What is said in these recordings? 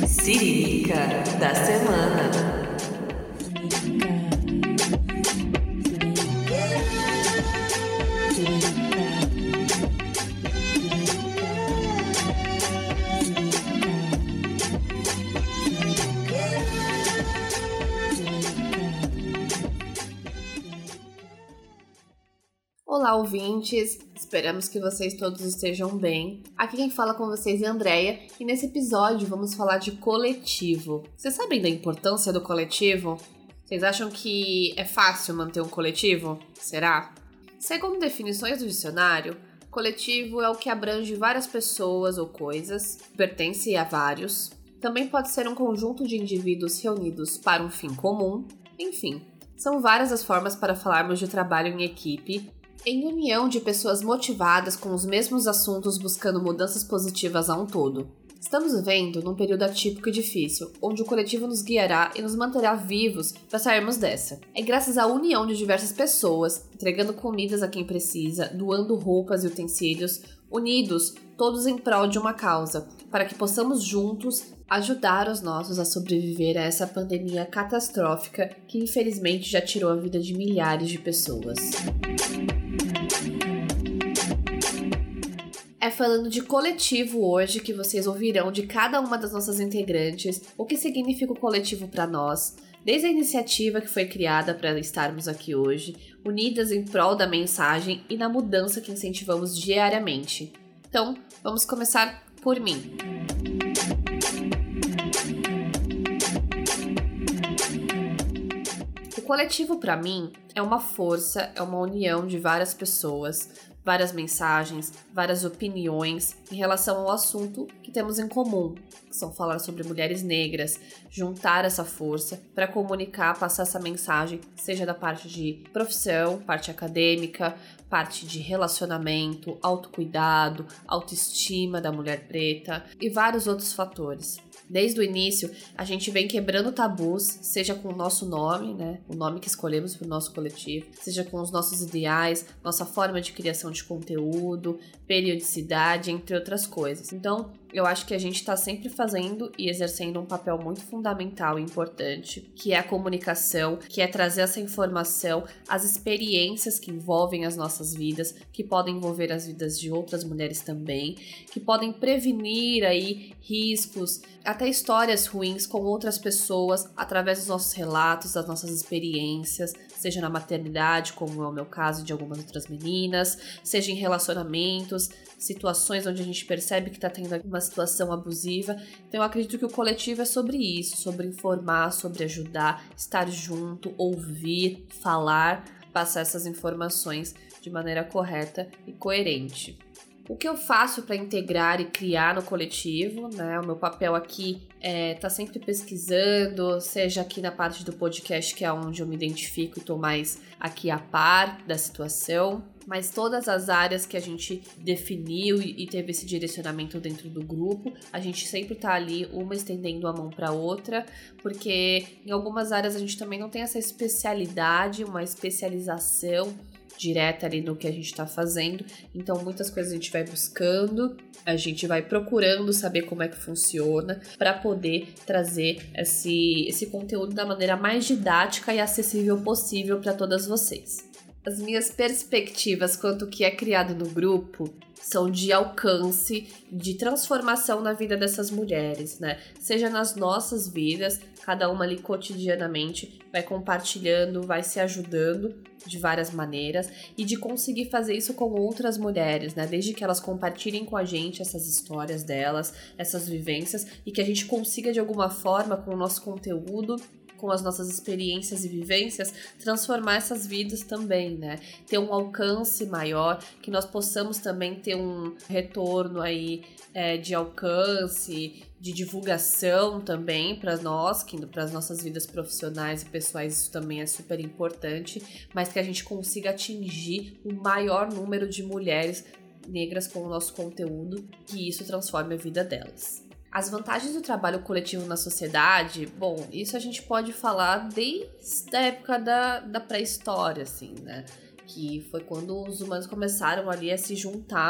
Siririca da semana. Olá, ouvintes! Esperamos que vocês todos estejam bem. Aqui quem fala com vocês é a Andrea e nesse episódio vamos falar de coletivo. Vocês sabem da importância do coletivo? Vocês acham que é fácil manter um coletivo? Será? Segundo definições do dicionário, coletivo é o que abrange várias pessoas ou coisas, pertence a vários. Também pode ser um conjunto de indivíduos reunidos para um fim comum. Enfim, são várias as formas para falarmos de trabalho em equipe, em união de pessoas motivadas com os mesmos assuntos buscando mudanças positivas a um todo. Estamos vivendo num período atípico e difícil, onde o coletivo nos guiará e nos manterá vivos para sairmos dessa. É graças à união de diversas pessoas, entregando comidas a quem precisa, doando roupas e utensílios, unidos, todos em prol de uma causa, para que possamos juntos ajudar os nossos a sobreviver a essa pandemia catastrófica que infelizmente já tirou a vida de milhares de pessoas. É falando de coletivo hoje que vocês ouvirão de cada uma das nossas integrantes o que significa o coletivo para nós, desde a iniciativa que foi criada para estarmos aqui hoje, unidas em prol da mensagem e na mudança que incentivamos diariamente. Então, vamos começar por mim. O coletivo, para mim, é uma força, é uma união de várias pessoas, várias mensagens, várias opiniões em relação ao assunto que temos em comum, que são falar sobre mulheres negras, juntar essa força para comunicar, passar essa mensagem, seja da parte de profissão, parte acadêmica, parte de relacionamento, autocuidado, autoestima da mulher preta e vários outros fatores. Desde o início, a gente vem quebrando tabus, seja com o nosso nome, né, o nome que escolhemos para o nosso coletivo, seja com os nossos ideais, nossa forma de criação de conteúdo, periodicidade, entre outras coisas. Então, eu acho que a gente está sempre fazendo e exercendo um papel muito fundamental e importante, que é a comunicação, que é trazer essa informação, as experiências que envolvem as nossas vidas, que podem envolver as vidas de outras mulheres também, que podem prevenir aí riscos, até histórias ruins com outras pessoas, através dos nossos relatos, das nossas experiências, seja na maternidade, como é o meu caso de algumas outras meninas, seja em relacionamentos, situações onde a gente percebe que está tendo uma situação abusiva. Então eu acredito que o coletivo é sobre isso, sobre informar, sobre ajudar, estar junto, ouvir, falar, passar essas informações de maneira correta e coerente. O que eu faço para integrar e criar no coletivo, né? O meu papel aqui é estar sempre pesquisando, seja aqui na parte do podcast, que é onde eu me identifico e estou mais aqui a par da situação, mas todas as áreas que a gente definiu e teve esse direcionamento dentro do grupo, a gente sempre tá ali, uma estendendo a mão para outra, porque em algumas áreas a gente também não tem essa especialidade, uma especialização direta ali no que a gente tá fazendo, então muitas coisas a gente vai buscando, a gente vai procurando saber como é que funciona para poder trazer esse conteúdo da maneira mais didática e acessível possível para todas vocês. As minhas perspectivas quanto ao que é criado no grupo são de alcance, de transformação na vida dessas mulheres, né? Seja nas nossas vidas, cada uma ali cotidianamente vai compartilhando, vai se ajudando de várias maneiras e de conseguir fazer isso com outras mulheres, né? Desde que elas compartilhem com a gente essas histórias delas, essas vivências e que a gente consiga de alguma forma com o nosso conteúdo, com as nossas experiências e vivências, transformar essas vidas também, né? Ter um alcance maior, que nós possamos também ter um retorno aí de alcance, de divulgação também para nós, que para as nossas vidas profissionais e pessoais isso também é super importante, mas que a gente consiga atingir o maior número de mulheres negras com o nosso conteúdo, que isso transforme a vida delas. As vantagens do trabalho coletivo na sociedade, bom, isso a gente pode falar desde a época da pré-história, assim, né? Que foi quando os humanos começaram ali a se juntar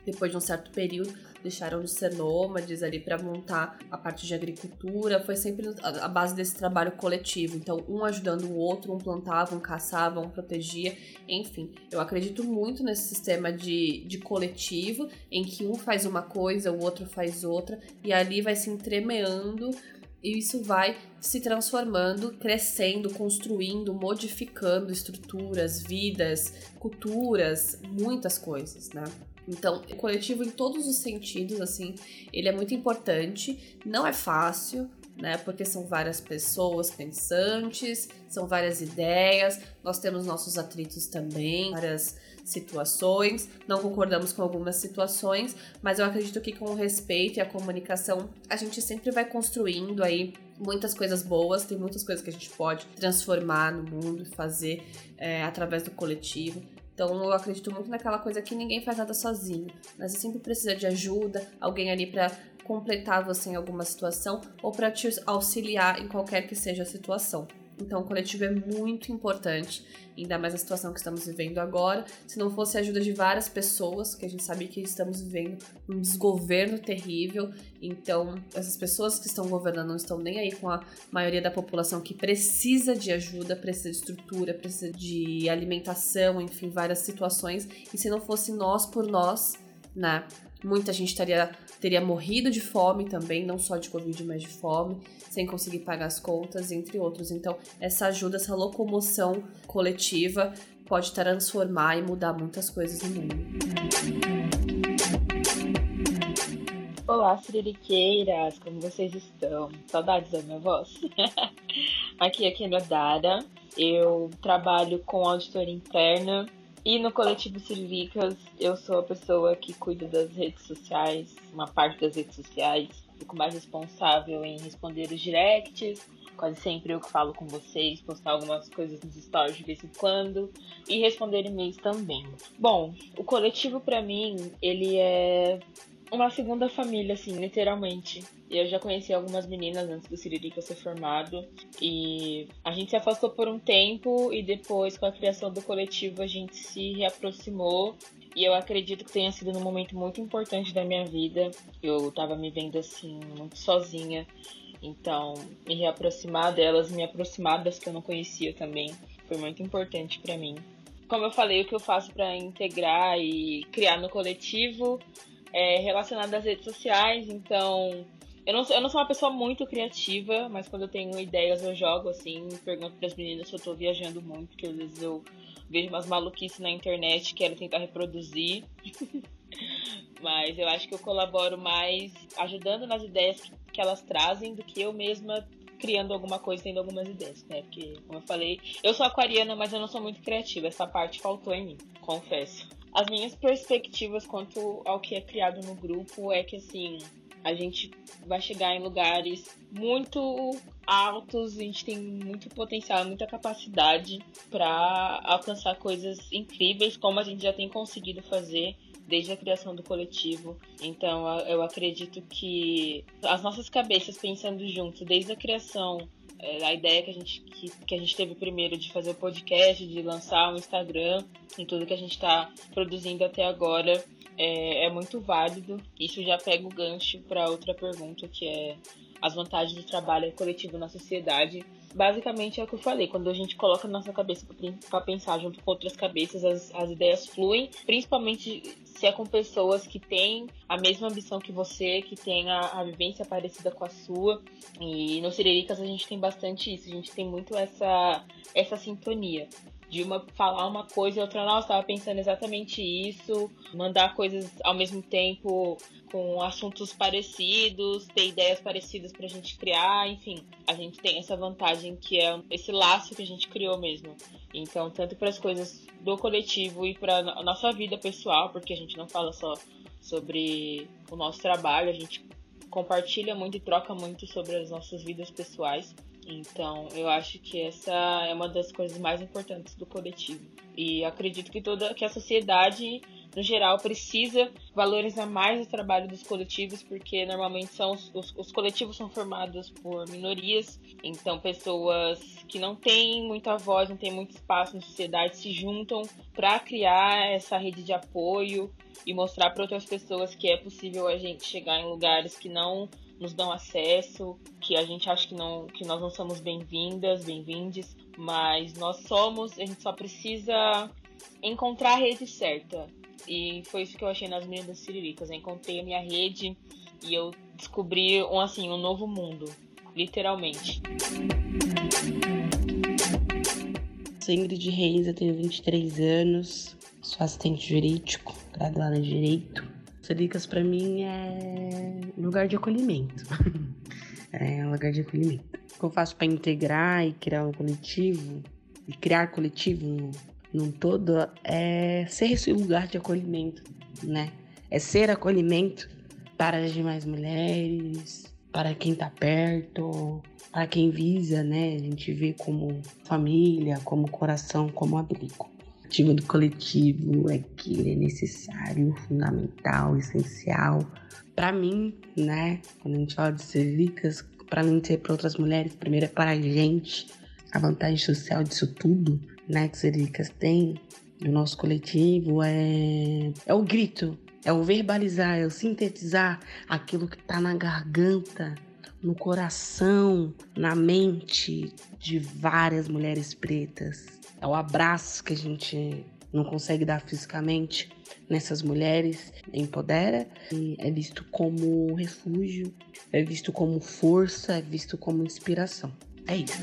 depois de um certo período, deixaram de ser nômades ali para montar a parte de agricultura. Foi sempre a base desse trabalho coletivo. Então, um ajudando o outro, um plantava, um caçava, um protegia. Enfim, eu acredito muito nesse sistema de coletivo, em que um faz uma coisa, o outro faz outra, e ali vai se entremeando. E isso vai se transformando, crescendo, construindo, modificando estruturas, vidas, culturas, muitas coisas, né? Então, o coletivo em todos os sentidos, assim, ele é muito importante, não é fácil, né? Porque são várias pessoas pensantes, são várias ideias, nós temos nossos atritos também, várias situações, não concordamos com algumas situações, mas eu acredito que com o respeito e a comunicação, a gente sempre vai construindo aí muitas coisas boas, tem muitas coisas que a gente pode transformar no mundo e fazer através do coletivo. Então eu acredito muito naquela coisa que ninguém faz nada sozinho, mas você sempre precisa de ajuda, alguém ali para completar você em alguma situação ou para te auxiliar em qualquer que seja a situação. Então o coletivo é muito importante, ainda mais na situação que estamos vivendo agora. Se não fosse a ajuda de várias pessoas, que a gente sabe que estamos vivendo um desgoverno terrível, então essas pessoas que estão governando não estão nem aí com a maioria da população que precisa de ajuda, precisa de estrutura, precisa de alimentação, enfim, várias situações. E se não fosse nós por nós, né? Muita gente teria morrido de fome também, não só de Covid, mas de fome, sem conseguir pagar as contas, entre outros. Então, essa ajuda, essa locomoção coletiva pode transformar e mudar muitas coisas no mundo. Olá, siririqueiras! Como vocês estão? Saudades da minha voz? Aqui é Kendra Dara. Eu trabalho com auditoria interna. E no coletivo Siriricas, eu sou a pessoa que cuida das redes sociais, uma parte das redes sociais. Fico mais responsável em responder os directs, quase sempre eu que falo com vocês, postar algumas coisas nos stories de vez em quando e responder e-mails também. Bom, o coletivo pra mim, ele é uma segunda família, assim, literalmente. Eu já conheci algumas meninas antes do Siririca ser formado e a gente se afastou por um tempo e depois, com a criação do coletivo, a gente se reaproximou e eu acredito que tenha sido num momento muito importante da minha vida. Eu tava me vendo, assim, muito sozinha, então me reaproximar delas, me aproximar das que eu não conhecia também, foi muito importante pra mim. Como eu falei, o que eu faço pra integrar e criar no coletivo é relacionado às redes sociais, então eu não sou uma pessoa muito criativa, mas quando eu tenho ideias eu jogo assim, pergunto para as meninas se eu tô viajando muito, porque às vezes eu vejo umas maluquices na internet e quero tentar reproduzir. Mas eu acho que eu colaboro mais ajudando nas ideias que elas trazem do que eu mesma criando alguma coisa, tendo algumas ideias, né? Porque, como eu falei, eu sou aquariana, mas eu não sou muito criativa. Essa parte faltou em mim, confesso. As minhas perspectivas quanto ao que é criado no grupo é que, assim, a gente vai chegar em lugares muito altos, a gente tem muito potencial, muita capacidade para alcançar coisas incríveis, como a gente já tem conseguido fazer desde a criação do coletivo. Então eu acredito que as nossas cabeças pensando juntos, desde a criação, a ideia que a gente teve primeiro de fazer o podcast, de lançar um Instagram, e tudo que a gente está produzindo até agora é muito válido. Isso já pega o gancho para outra pergunta, que é as vantagens do trabalho coletivo na sociedade. Basicamente é o que eu falei, quando a gente coloca na nossa cabeça para pensar junto com outras cabeças, as ideias fluem, principalmente se é com pessoas que têm a mesma ambição que você, que têm a vivência parecida com a sua. E no Siriricas a gente tem bastante isso, a gente tem muito essa sintonia. De uma falar uma coisa e outra, nossa, estava pensando exatamente isso, mandar coisas ao mesmo tempo com assuntos parecidos, ter ideias parecidas pra gente criar, enfim, a gente tem essa vantagem que é esse laço que a gente criou mesmo. Então, tanto para as coisas do coletivo e para a nossa vida pessoal, porque a gente não fala só sobre o nosso trabalho, a gente compartilha muito e troca muito sobre as nossas vidas pessoais. Então, eu acho que essa é uma das coisas mais importantes do coletivo. E acredito que a sociedade no geral, precisa valorizar mais o trabalho dos coletivos, porque normalmente os coletivos são formados por minorias, então pessoas que não têm muita voz, não têm muito espaço na sociedade se juntam para criar essa rede de apoio e mostrar para outras pessoas que é possível a gente chegar em lugares que não nos dão acesso, que a gente acha que nós não somos bem-vindas, bem-vindes, mas nós somos, a gente só precisa encontrar a rede certa. E foi isso que eu achei nas Meninas Siriricas. Eu encontrei a minha rede e eu descobri um novo mundo, literalmente. Sou Ingrid Reis, eu tenho 23 anos, sou assistente jurídico, graduada em Direito. Siriricas para mim é lugar de acolhimento. É um lugar de acolhimento. O que eu faço para integrar e criar um coletivo, e criar coletivo num todo, é ser esse lugar de acolhimento, né? É ser acolhimento para as demais mulheres, para quem tá perto, para quem visa, né? A gente vê como família, como coração, como abrigo. O objetivo do coletivo é que ele é necessário, fundamental, essencial. Para mim, né? Quando a gente fala de Siriricas, para não ser para outras mulheres, primeiro é para a gente. A vantagem social disso tudo, né, que Siriricas tem, o nosso coletivo, é o grito, é o verbalizar, é o sintetizar aquilo que tá na garganta, no coração, na mente de várias mulheres pretas. É o abraço que a gente não consegue dar fisicamente nessas mulheres, empodera, e é visto como refúgio, é visto como força, é visto como inspiração. É isso.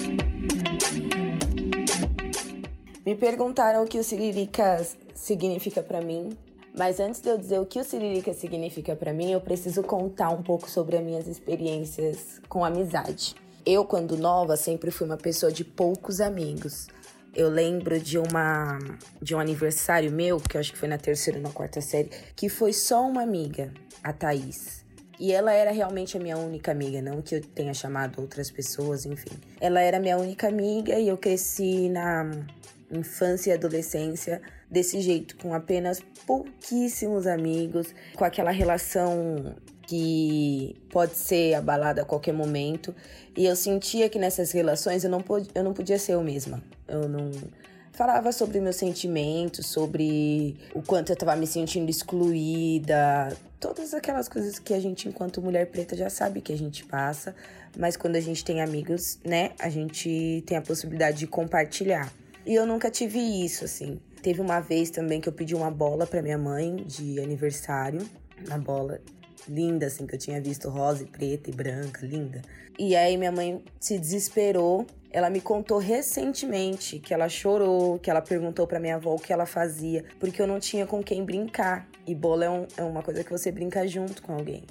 Me perguntaram o que o Siriricas significa pra mim, mas antes de eu dizer o que o Siriricas significa pra mim, eu preciso contar um pouco sobre as minhas experiências com amizade. Eu, quando nova, sempre fui uma pessoa de poucos amigos. Eu lembro de um aniversário meu, que eu acho que foi na 3ª ou na 4ª série, que foi só uma amiga, a Thaís. E ela era realmente a minha única amiga, não que eu tenha chamado outras pessoas, enfim. Ela era minha única amiga e eu cresci na infância e adolescência desse jeito, com apenas pouquíssimos amigos, com aquela relação que pode ser abalada a qualquer momento. E eu sentia que nessas relações eu não podia ser eu mesma. Eu não falava sobre meus sentimentos, sobre o quanto eu estava me sentindo excluída, todas aquelas coisas que a gente, enquanto mulher preta, já sabe que a gente passa, mas quando a gente tem amigos, né, a gente tem a possibilidade de compartilhar. E eu nunca tive isso, assim. Teve uma vez também que eu pedi uma bola pra minha mãe de aniversário, uma bola linda, assim, que eu tinha visto rosa e preta e branca, linda. E aí minha mãe se desesperou. Ela me contou recentemente que ela chorou, que ela perguntou pra minha avó o que ela fazia, porque eu não tinha com quem brincar. E bola é uma coisa que você brinca junto com alguém.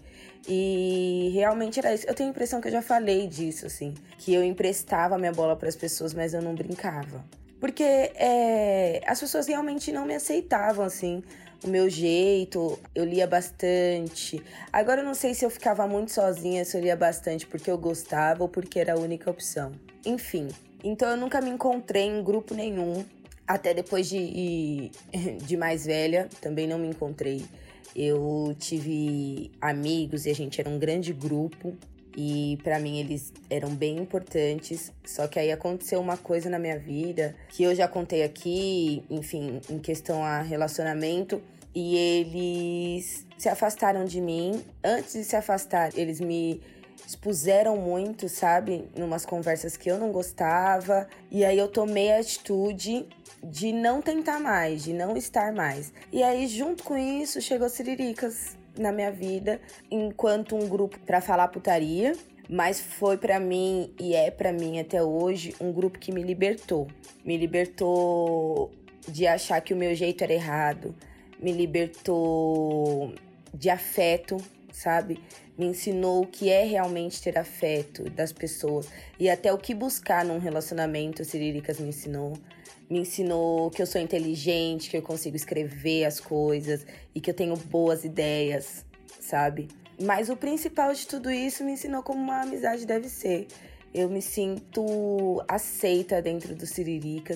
E realmente era isso. Eu tenho a impressão que eu já falei disso, assim, que eu emprestava minha bola pras pessoas, mas eu não brincava. Porque as pessoas realmente não me aceitavam, assim, o meu jeito. Eu lia bastante. Agora eu não sei se eu ficava muito sozinha, se eu lia bastante porque eu gostava ou porque era a única opção. Enfim, então eu nunca me encontrei em grupo nenhum. Até depois de mais velha, também não me encontrei. Eu tive amigos e a gente era um grande grupo. E pra mim eles eram bem importantes. Só que aí aconteceu uma coisa na minha vida que eu já contei aqui, enfim, em questão a relacionamento. E eles se afastaram de mim. Antes de se afastar, eles me expuseram muito, sabe? Numas conversas que eu não gostava. E aí eu tomei a atitude de não tentar mais, de não estar mais. E aí, junto com isso, chegou Siriricas na minha vida, enquanto um grupo pra falar putaria, mas foi pra mim, e é pra mim até hoje, um grupo que me libertou. Me libertou de achar que o meu jeito era errado, me libertou de afeto, sabe? Me ensinou o que é realmente ter afeto das pessoas e até o que buscar num relacionamento. Siriricas me ensinou que eu sou inteligente, que eu consigo escrever as coisas e que eu tenho boas ideias, sabe? Mas o principal de tudo isso me ensinou como uma amizade deve ser. Eu me sinto aceita dentro do Siriricas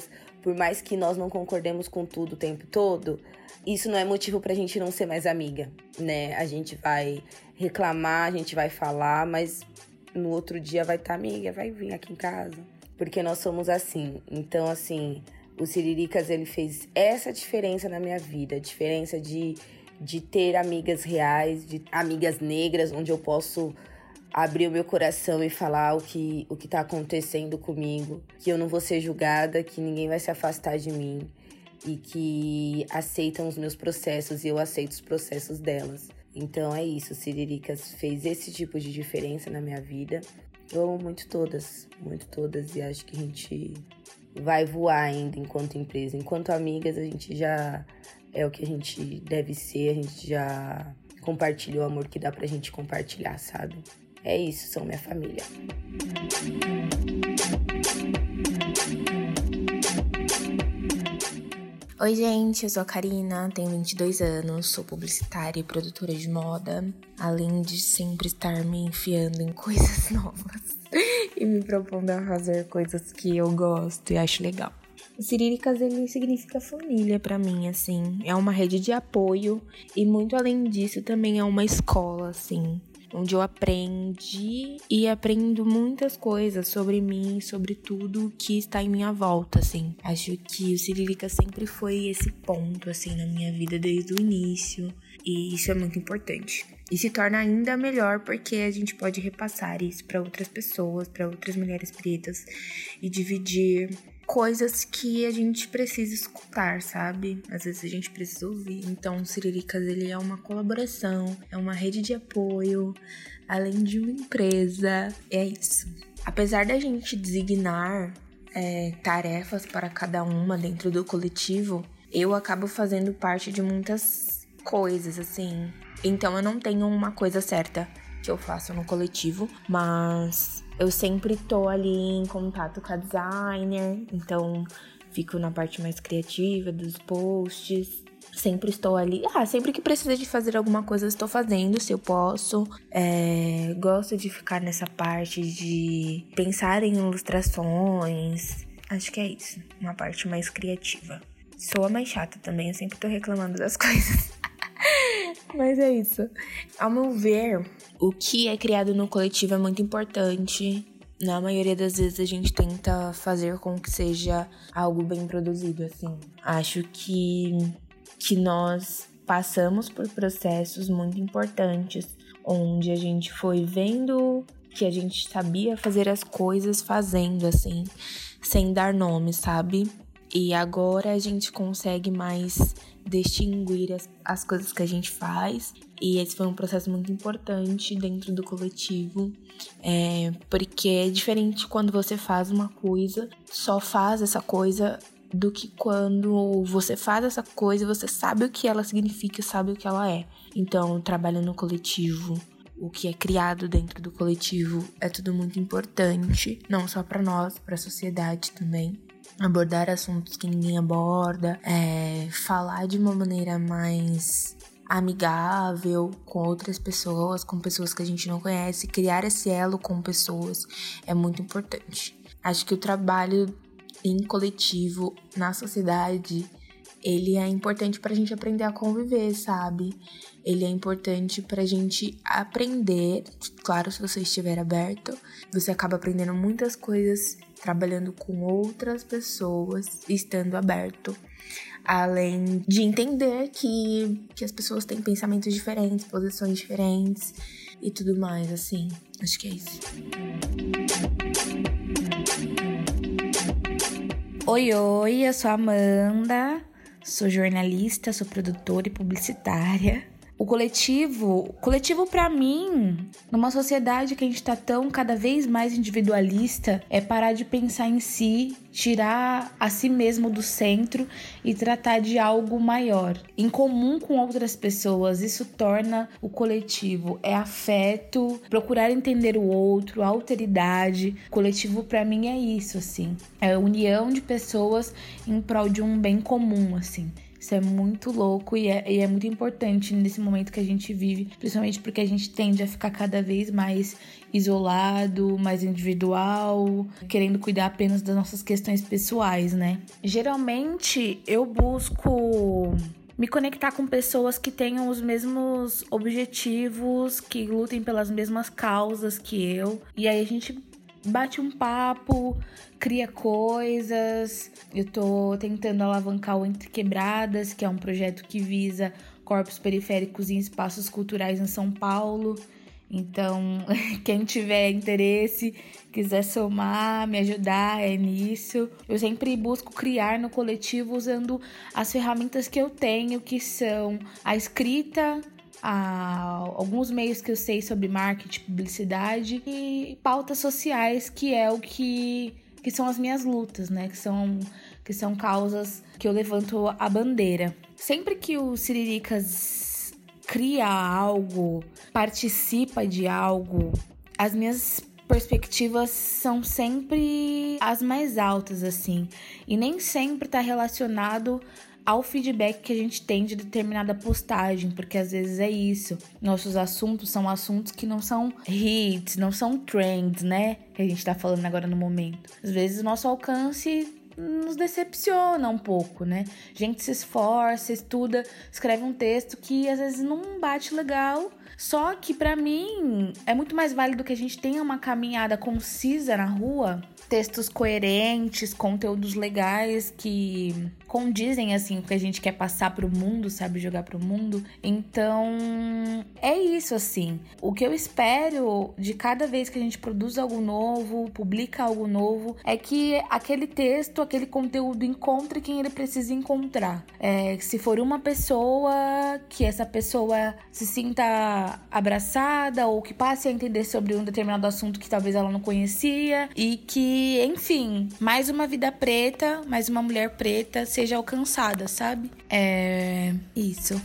por mais que nós não concordemos com tudo o tempo todo, isso não é motivo pra gente não ser mais amiga, né? A gente vai reclamar, a gente vai falar, mas no outro dia vai estar amiga, vai vir aqui em casa. Porque nós somos assim. Então, assim, o Siriricas, ele fez essa diferença na minha vida. A diferença de ter amigas reais, de amigas negras, onde eu posso abrir o meu coração e falar o que tá acontecendo comigo. Que eu não vou ser julgada, que ninguém vai se afastar de mim. E que aceitam os meus processos e eu aceito os processos delas. Então é isso, o Siriricas fez esse tipo de diferença na minha vida. Eu amo muito todas, e acho que a gente vai voar ainda enquanto empresa. Enquanto amigas, a gente já é o que a gente deve ser, a gente já compartilha o amor que dá pra gente compartilhar, sabe? É isso, são minha família. Oi, gente, eu sou a Karina, tenho 22 anos, sou publicitária e produtora de moda, além de sempre estar me enfiando em coisas novas e me propondo a fazer coisas que eu gosto e acho legal. O Siriricas, ele significa família pra mim, assim, é uma rede de apoio e muito além disso também é uma escola, assim, onde eu aprendi e aprendo muitas coisas sobre mim, sobre tudo que está em minha volta, assim. Acho que o Siriricas sempre foi esse ponto, assim, na minha vida desde o início, e isso é muito importante. E se torna ainda melhor porque a gente pode repassar isso para outras pessoas, para outras mulheres pretas e dividir coisas que a gente precisa escutar, sabe? Às vezes a gente precisa ouvir. Então, o Siriricas, ele é uma colaboração, é uma rede de apoio, além de uma empresa. É isso. Apesar da gente designar tarefas para cada uma dentro do coletivo, eu acabo fazendo parte de muitas coisas, assim. Então, eu não tenho uma coisa certa que eu faço no coletivo, mas eu sempre tô ali em contato com a designer, então fico na parte mais criativa dos posts. Sempre estou ali. Sempre que precisa de fazer alguma coisa, eu estou fazendo, se eu posso. Gosto de ficar nessa parte de pensar em ilustrações. Acho que é isso, uma parte mais criativa. Sou a mais chata também, eu sempre tô reclamando das coisas. Mas é isso. Ao meu ver, o que é criado no coletivo é muito importante. Na maioria das vezes a gente tenta fazer com que seja algo bem produzido, assim. Acho que nós passamos por processos muito importantes, onde a gente foi vendo que a gente sabia fazer as coisas fazendo, assim, sem dar nome, sabe? E agora a gente consegue mais distinguir as coisas que a gente faz. E esse foi um processo muito importante dentro do coletivo. Porque é diferente quando você faz uma coisa, só faz essa coisa, do que quando você faz essa coisa, você sabe o que ela significa, sabe o que ela é. Então, trabalho no coletivo, o que é criado dentro do coletivo é tudo muito importante, não só para nós, para a sociedade também. Abordar assuntos que ninguém aborda, falar de uma maneira mais amigável com outras pessoas, com pessoas que a gente não conhece, criar esse elo com pessoas é muito importante. Acho que o trabalho em coletivo, na sociedade, ele é importante pra gente aprender a conviver, sabe? Ele é importante pra gente aprender, claro, se você estiver aberto, você acaba aprendendo muitas coisas trabalhando com outras pessoas, estando aberto. Além de entender que as pessoas têm pensamentos diferentes, posições diferentes e tudo mais, assim. Acho que é isso. Oi, eu sou a Amanda, sou jornalista, sou produtora e publicitária. O coletivo pra mim, numa sociedade que a gente tá tão cada vez mais individualista, é parar de pensar em si, tirar a si mesmo do centro e tratar de algo maior, em comum com outras pessoas. Isso torna o coletivo, é afeto, procurar entender o outro, alteridade. O coletivo pra mim é isso, assim, é a união de pessoas em prol de um bem comum, assim. Isso é muito louco e é muito importante nesse momento que a gente vive, principalmente porque a gente tende a ficar cada vez mais isolado, mais individual, querendo cuidar apenas das nossas questões pessoais, né? Geralmente eu busco me conectar com pessoas que tenham os mesmos objetivos, que lutem pelas mesmas causas que eu. E aí a gente bate um papo, cria coisas. Eu tô tentando alavancar o Entre Quebradas, que é um projeto que visa corpos periféricos em espaços culturais em São Paulo. Então, quem tiver interesse, quiser somar, me ajudar, é nisso. Eu sempre busco criar no coletivo usando as ferramentas que eu tenho, que são a escrita, alguns meios que eu sei sobre marketing, publicidade e pautas sociais, que é o que são as minhas lutas, né? Que são causas que eu levanto a bandeira. Sempre que o Siriricas cria algo, participa de algo, as minhas perspectivas são sempre as mais altas, assim. E nem sempre tá relacionado ao feedback que a gente tem de determinada postagem, porque às vezes é isso. Nossos assuntos são assuntos que não são hits, não são trends, né? Que a gente tá falando agora no momento. Às vezes o nosso alcance nos decepciona um pouco, né? A gente se esforça, estuda, escreve um texto que às vezes não bate legal. Só que pra mim é muito mais válido que a gente tenha uma caminhada concisa na rua, textos coerentes, conteúdos legais que condizem, assim, o que a gente quer passar pro mundo, sabe? Jogar pro mundo. Então, é isso, assim. O que eu espero de cada vez que a gente produz algo novo, publica algo novo, é que aquele texto, aquele conteúdo encontre quem ele precisa encontrar. Se for uma pessoa, que essa pessoa se sinta abraçada ou que passe a entender sobre um determinado assunto que talvez ela não conhecia e que, enfim, mais uma vida preta, mais uma mulher preta seja alcançada, sabe? É isso.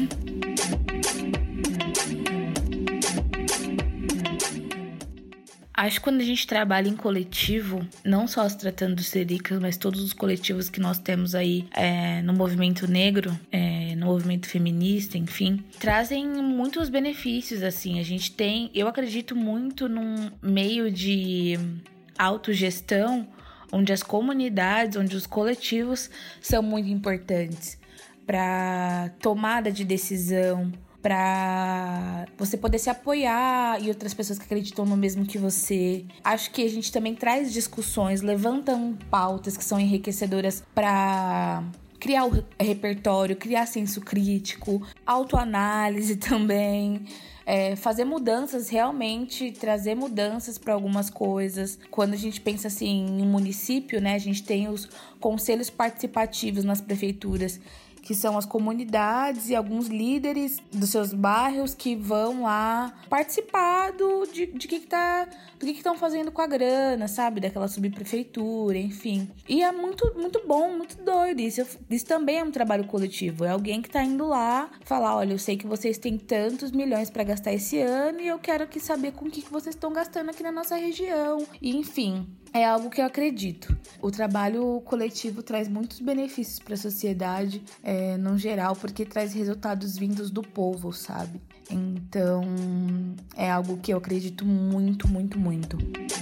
Acho que quando a gente trabalha em coletivo, não só se tratando dos Siriricas, mas todos os coletivos que nós temos aí no movimento negro, no movimento feminista, enfim, trazem muitos benefícios, assim. Eu acredito muito num meio de autogestão, onde as comunidades, onde os coletivos são muito importantes para tomada de decisão, para você poder se apoiar e outras pessoas que acreditam no mesmo que você. Acho que a gente também traz discussões, levantam pautas que são enriquecedoras para criar o repertório, criar senso crítico, autoanálise também. Fazer mudanças, realmente trazer mudanças para algumas coisas. Quando a gente pensa assim em um município, né, a gente tem os conselhos participativos nas prefeituras, que são as comunidades e alguns líderes dos seus bairros que vão lá participar do que estão fazendo com a grana, sabe? Daquela subprefeitura, enfim. E é muito, muito bom, muito doido. Isso também é um trabalho coletivo. É alguém que tá indo lá falar, olha, eu sei que vocês têm tantos milhões para gastar esse ano e eu quero aqui saber com o que vocês estão gastando aqui na nossa região. E, enfim, é algo que eu acredito. O trabalho coletivo traz muitos benefícios para a sociedade, no geral, porque traz resultados vindos do povo, sabe? Então, é algo que eu acredito muito, muito, muito.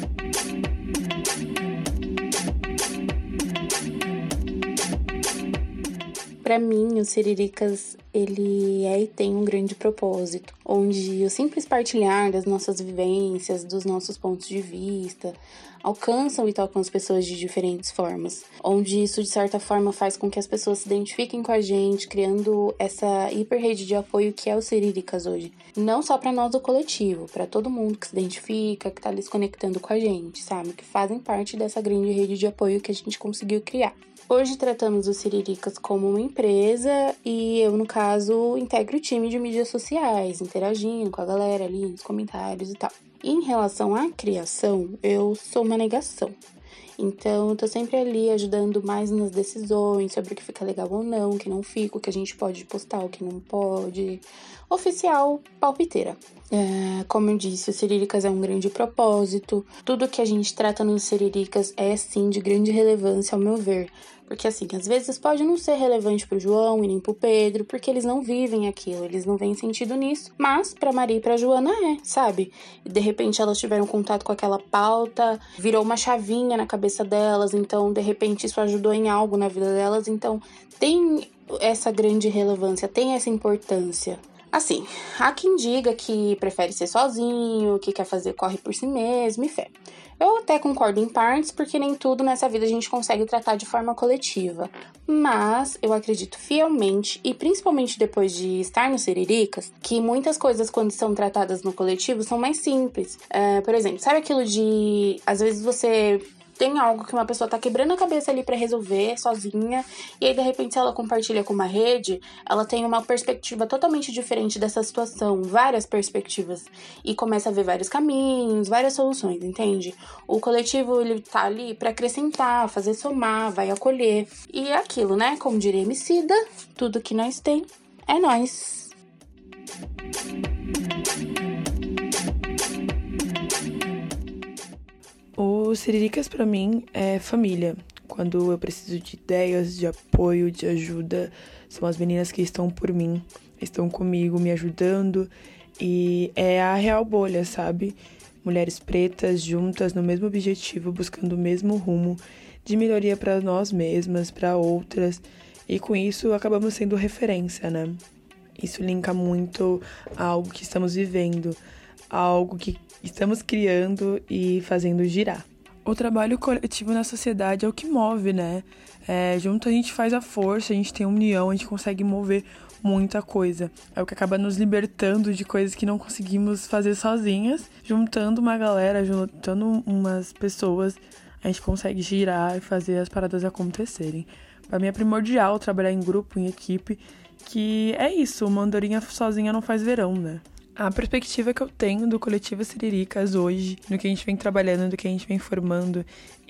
Para mim, o Siriricas, ele e tem um grande propósito, onde o simples partilhar das nossas vivências, dos nossos pontos de vista, alcançam e tocam as pessoas de diferentes formas, onde isso, de certa forma, faz com que as pessoas se identifiquem com a gente, criando essa hiper-rede de apoio que é o Siriricas hoje. Não só para nós do coletivo, para todo mundo que se identifica, que tá ali se conectando com a gente, sabe? Que fazem parte dessa grande rede de apoio que a gente conseguiu criar. Hoje tratamos os Siriricas como uma empresa e eu, no caso, integro o time de mídias sociais, interagindo com a galera ali nos comentários e tal. E em relação à criação, eu sou uma negação. Então, eu tô sempre ali ajudando mais nas decisões sobre o que fica legal ou não, o que não fica, o que a gente pode postar, o que não pode. Oficial, palpiteira. Como eu disse, o Siriricas é um grande propósito. Tudo que a gente trata nos Siriricas é, sim, de grande relevância, ao meu ver. Porque, assim, às vezes pode não ser relevante pro João e nem pro Pedro, porque eles não vivem aquilo, eles não veem sentido nisso. Mas pra Maria e pra Joana sabe? E de repente elas tiveram contato com aquela pauta, virou uma chavinha na cabeça delas, então de repente isso ajudou em algo na vida delas. Então tem essa grande relevância, tem essa importância. Assim, há quem diga que prefere ser sozinho, que quer fazer corre por si mesmo e fé. Eu até concordo em partes, porque nem tudo nessa vida a gente consegue tratar de forma coletiva. Mas eu acredito fielmente, e principalmente depois de estar no Siriricas, que muitas coisas quando são tratadas no coletivo são mais simples. Por exemplo, sabe aquilo de, às vezes você tem algo que uma pessoa tá quebrando a cabeça ali pra resolver sozinha, e aí de repente se ela compartilha com uma rede, ela tem uma perspectiva totalmente diferente dessa situação, várias perspectivas, e começa a ver vários caminhos, várias soluções, entende? O coletivo, ele tá ali pra acrescentar, fazer somar, vai acolher, e é aquilo, né? Como diria Emicida, tudo que nós tem é nós. O Siriricas pra mim é família. Quando eu preciso de ideias, de apoio, de ajuda, são as meninas que estão por mim, estão comigo, me ajudando. E é a real bolha, sabe? Mulheres pretas juntas no mesmo objetivo, buscando o mesmo rumo de melhoria para nós mesmas, para outras. E com isso acabamos sendo referência, né? Isso linka muito a algo que estamos vivendo, a algo que estamos criando e fazendo girar. O trabalho coletivo na sociedade é o que move, né? Junto a gente faz a força, a gente tem união, a gente consegue mover muita coisa. É o que acaba nos libertando de coisas que não conseguimos fazer sozinhas. Juntando uma galera, juntando umas pessoas, a gente consegue girar e fazer as paradas acontecerem. Para mim é primordial trabalhar em grupo, em equipe, que é isso, uma andorinha sozinha não faz verão, né? A perspectiva que eu tenho do coletivo Siriricas hoje, no que a gente vem trabalhando, do que a gente vem formando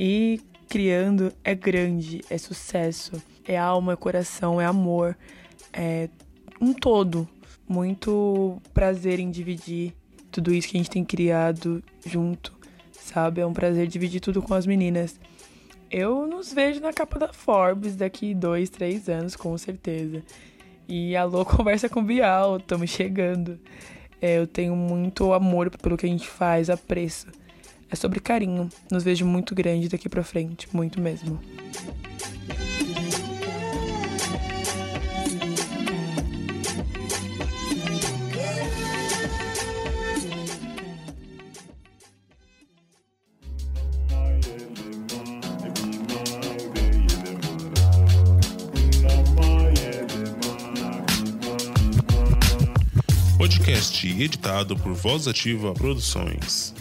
e criando, é grande, é sucesso, é alma, é coração, é amor, é um todo. Muito prazer em dividir tudo isso que a gente tem criado junto, sabe? É um prazer dividir tudo com as meninas. Eu nos vejo na capa da Forbes daqui 2, 3 anos, com certeza. E alô, conversa com Bial, estamos chegando. Eu tenho muito amor pelo que a gente faz, apreço. É sobre carinho. Nos vejo muito grande daqui pra frente, muito mesmo. Podcast editado por Voz Ativa Produções.